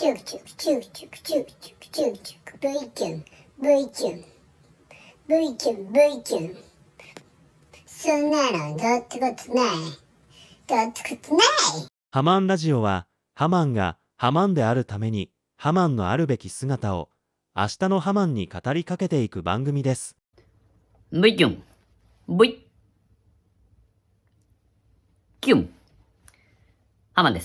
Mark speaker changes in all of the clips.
Speaker 1: チュクチュクチュクチュクチュクチュクチュクチュク V キュン V キュン V キュン V キュン。そんなのどうってことない。どうってことない。
Speaker 2: ハマンラジオはハマンがハマンであるためにハマンのあるべき姿を明日のハマンに語りかけていく番組です。
Speaker 3: V キュン V キュンハマンです。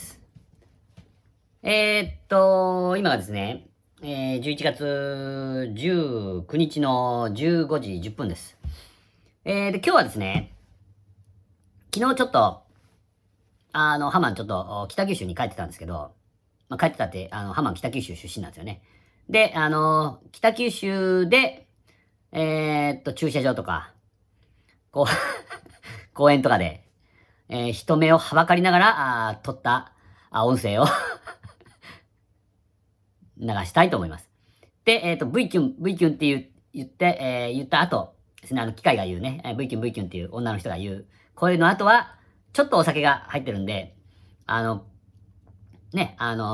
Speaker 3: 今がですね、11月19日の15時10分です。で、今日はですね、昨日ちょっと、ハマンちょっと北九州に帰ってたんですけど、帰ってたって、ハマン北九州出身なんですよね。で、北九州で、駐車場とか、こう、公園とかで、人目をはばかりながら、撮った、音声を流したいと思います。で、V キュン、V キュンって言った後ですね、機械が言うね、V キュン、V キュンっていう女の人が言う、声の後は、ちょっとお酒が入ってるんで、ね、あ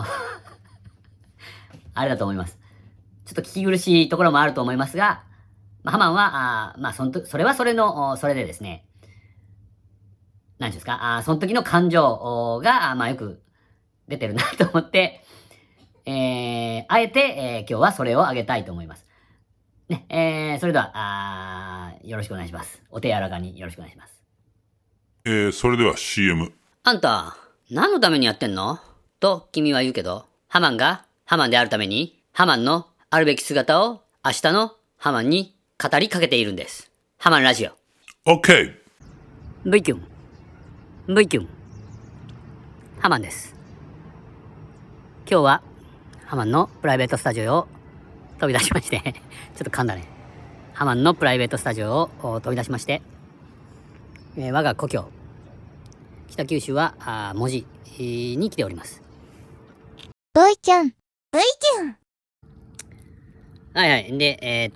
Speaker 3: れだと思います。ちょっと聞き苦しいところもあると思いますが、ハマンは、それはそれの、それでですね、何ですか、その時の感情が、よく出てるなと思って、あえて、今日はそれをあげたいと思います。ね、それでは、よろしくお願いします。お手柔らかによろしくお願いします。
Speaker 4: それでは CM。
Speaker 3: あんた、何のためにやってんのと君は言うけど、ハマンがハマンであるために、ハマンのあるべき姿を明日のハマンに語りかけているんです。ハマンラジオ。
Speaker 4: OK。
Speaker 3: V キュン。V キュン。ハマンです。今日は、ハマンのプライベートスタジオを飛び出しまして、ちょっと噛んだね。ハマンのプライベートスタジオを飛び出しまして、我が故郷、北九州は、門司に来ております。
Speaker 1: V キュン V キュン。
Speaker 3: はいはい。で、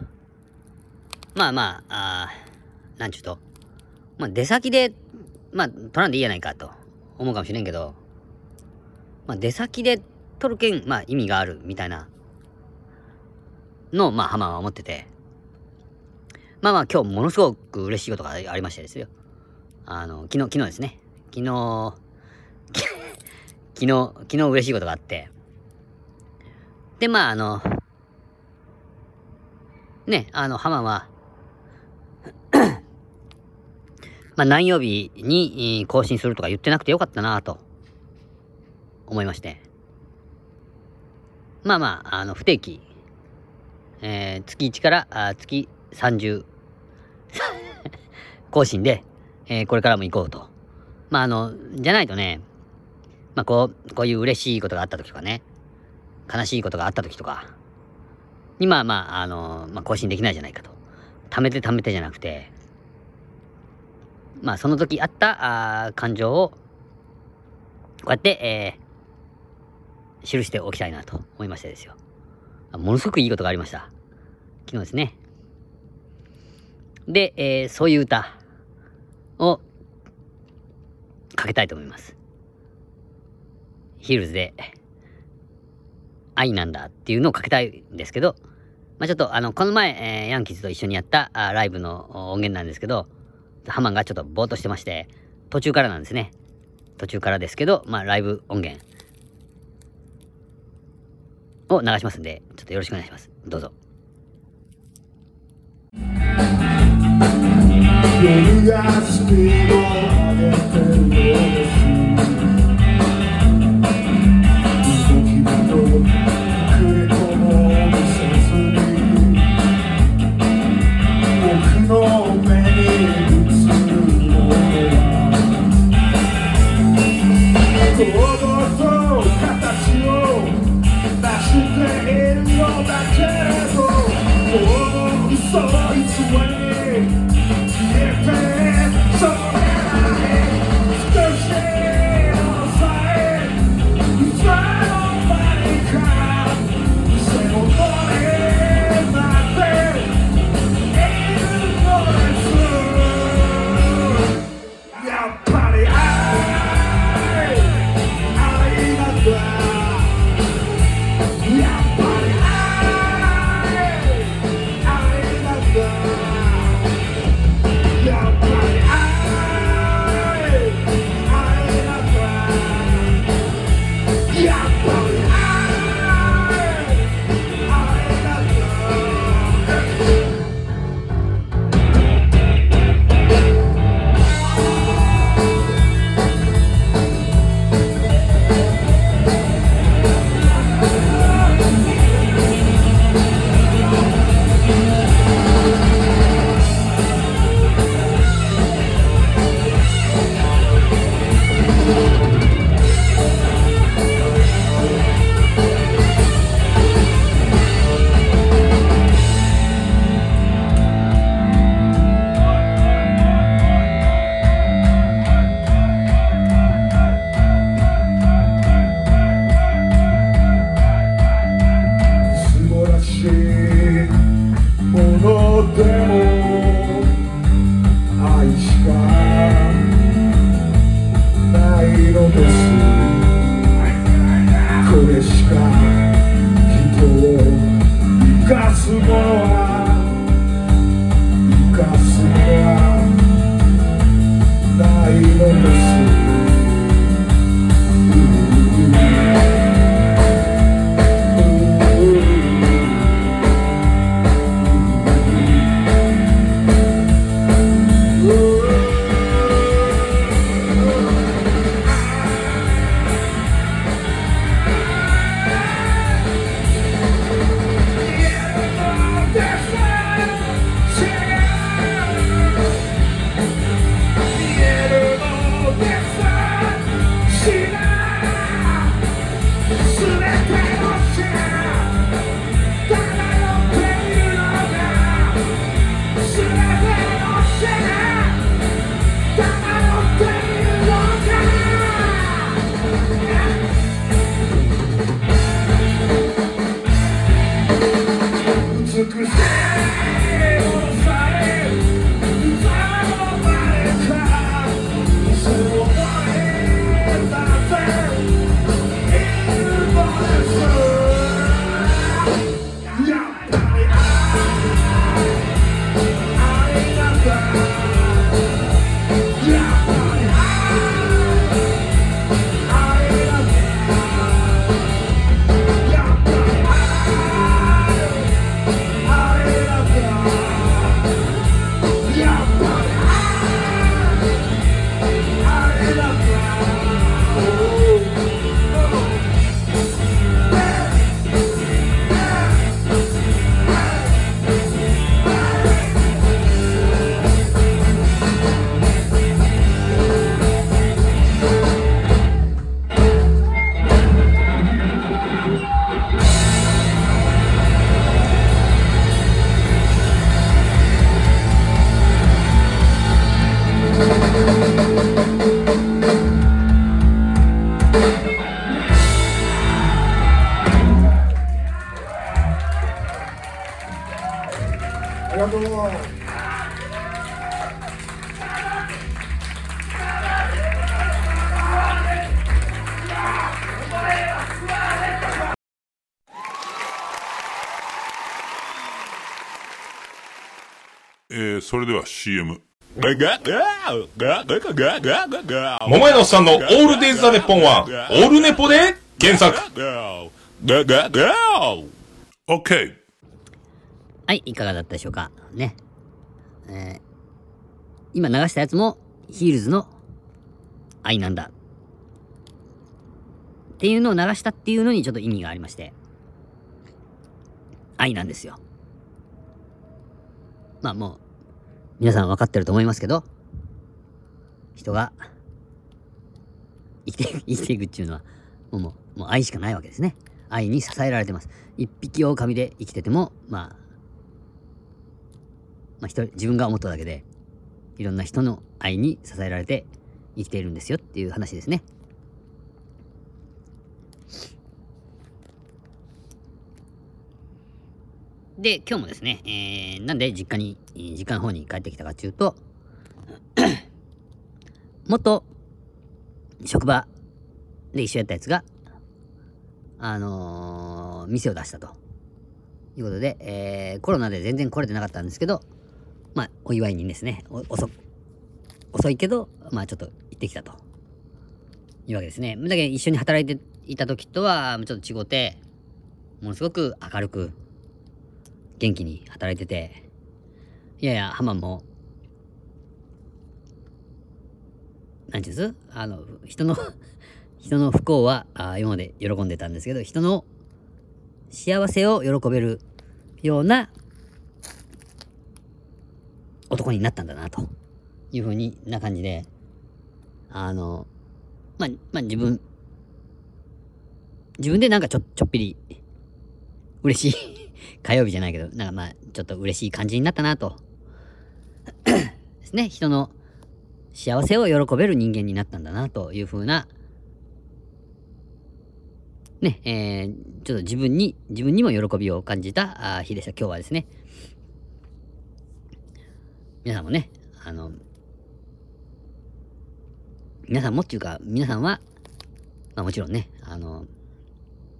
Speaker 3: なんちゅうと、出先で、取らんでいいやないかと思うかもしれんけど、出先で取るけん、意味があるみたいなのを、ハマンは思ってて、今日ものすごく嬉しいことがありましてですよ。昨日ですね。昨日嬉しいことがあって、で、ハマンは、何曜日に更新するとか言ってなくてよかったなと思いまして。不定期、月1から月30更新で、これからも行こうと。じゃないとね、こういう嬉しいことがあった時とかね、悲しいことがあった時とかに、更新できないじゃないかと。貯めてじゃなくて、その時あった感情を、こうやって、記しておきたいなと思いましてですよ。ものすごくいいことがありました。昨日ですね。で、そういう歌をかけたいと思います。ヒールズで愛なんだっていうのをかけたいんですけど、ちょっとこの前、ヤンキーズと一緒にやったライブの音源なんですけど、ハマンがちょっとぼーっとしてまして、途中からなんですね。途中からですけど、ライブ音源を流しますんで、ちょっとよろしくお願いします。どうぞ。
Speaker 5: 夜がスピードを上げてるようです。動きなど繰り込もうとせずに、僕の目に映るものは行動と形を出しているようだけれど、もう嘘偽りそれしか人を生かすものは生かすものはないのです。ありがとう。
Speaker 4: それでは CM。
Speaker 6: 桃屋のおっさんのオールデイズ・ザ・ネッポンは、オールネポで検索。
Speaker 4: OK。
Speaker 3: はい、いかがだったでしょうか。ね。今流したやつも、ヒールズの愛なんだ。っていうのを流したっていうのにちょっと意味がありまして。愛なんですよ。まあもう、皆さん分かってると思いますけど、人が生きていくっていうのは、もう愛しかないわけですね。愛に支えられてます。一匹狼で生きてても、自分が思っただけで、いろんな人の愛に支えられて生きているんですよっていう話ですね。で、今日もですね、なんで実家の方に帰ってきたかっていうと、元職場で一緒やったやつが、店を出したということで、コロナで全然来れてなかったんですけど、お祝いにですね、遅いけど、ちょっと行ってきたというわけですね。だけど一緒に働いていた時とはちょっと違って、ものすごく明るく元気に働いてて、いやいや、ハマンも、なんていうんです？人の不幸は今まで喜んでたんですけど、人の幸せを喜べるような男になったんだな、というふうな感じで、自分でなんかちょっぴり嬉しい火曜日じゃないけど、ちょっと嬉しい感じになったなとですね。人の幸せを喜べる人間になったんだなというふうなね、ちょっと自分にも喜びを感じた日でした。今日はですね。皆さんもね、皆さんは、もちろんね、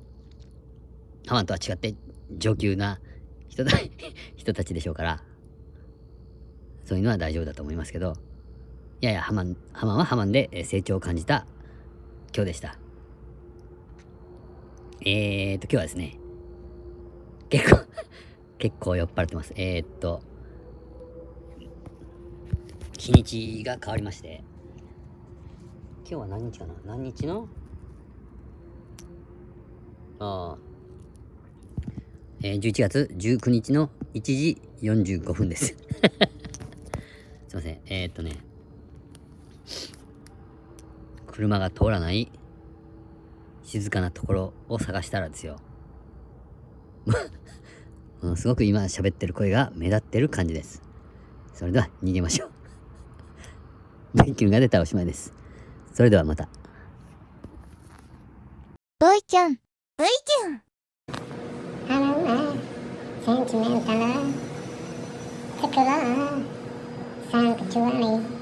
Speaker 3: ハマンとは違って上級な人たちでしょうから、そういうのは大丈夫だと思いますけど、いやいや、ハマンはハマンで成長を感じた今日でした。今日はですね、結構酔っ払ってます。日にちが変わりまして、今日は何日かな？何日の11月19日の1時45分です。すいません。車が通らない静かなところを探したらですよ。ものすごく今喋ってる声が目立ってる感じです。それでは逃げましょう。ベキュンが出たらおしまいです。それではまた。
Speaker 1: ボイちゃん、ボイちゃん。あのね、センチメンタル、テクラ、サンクチュアリ。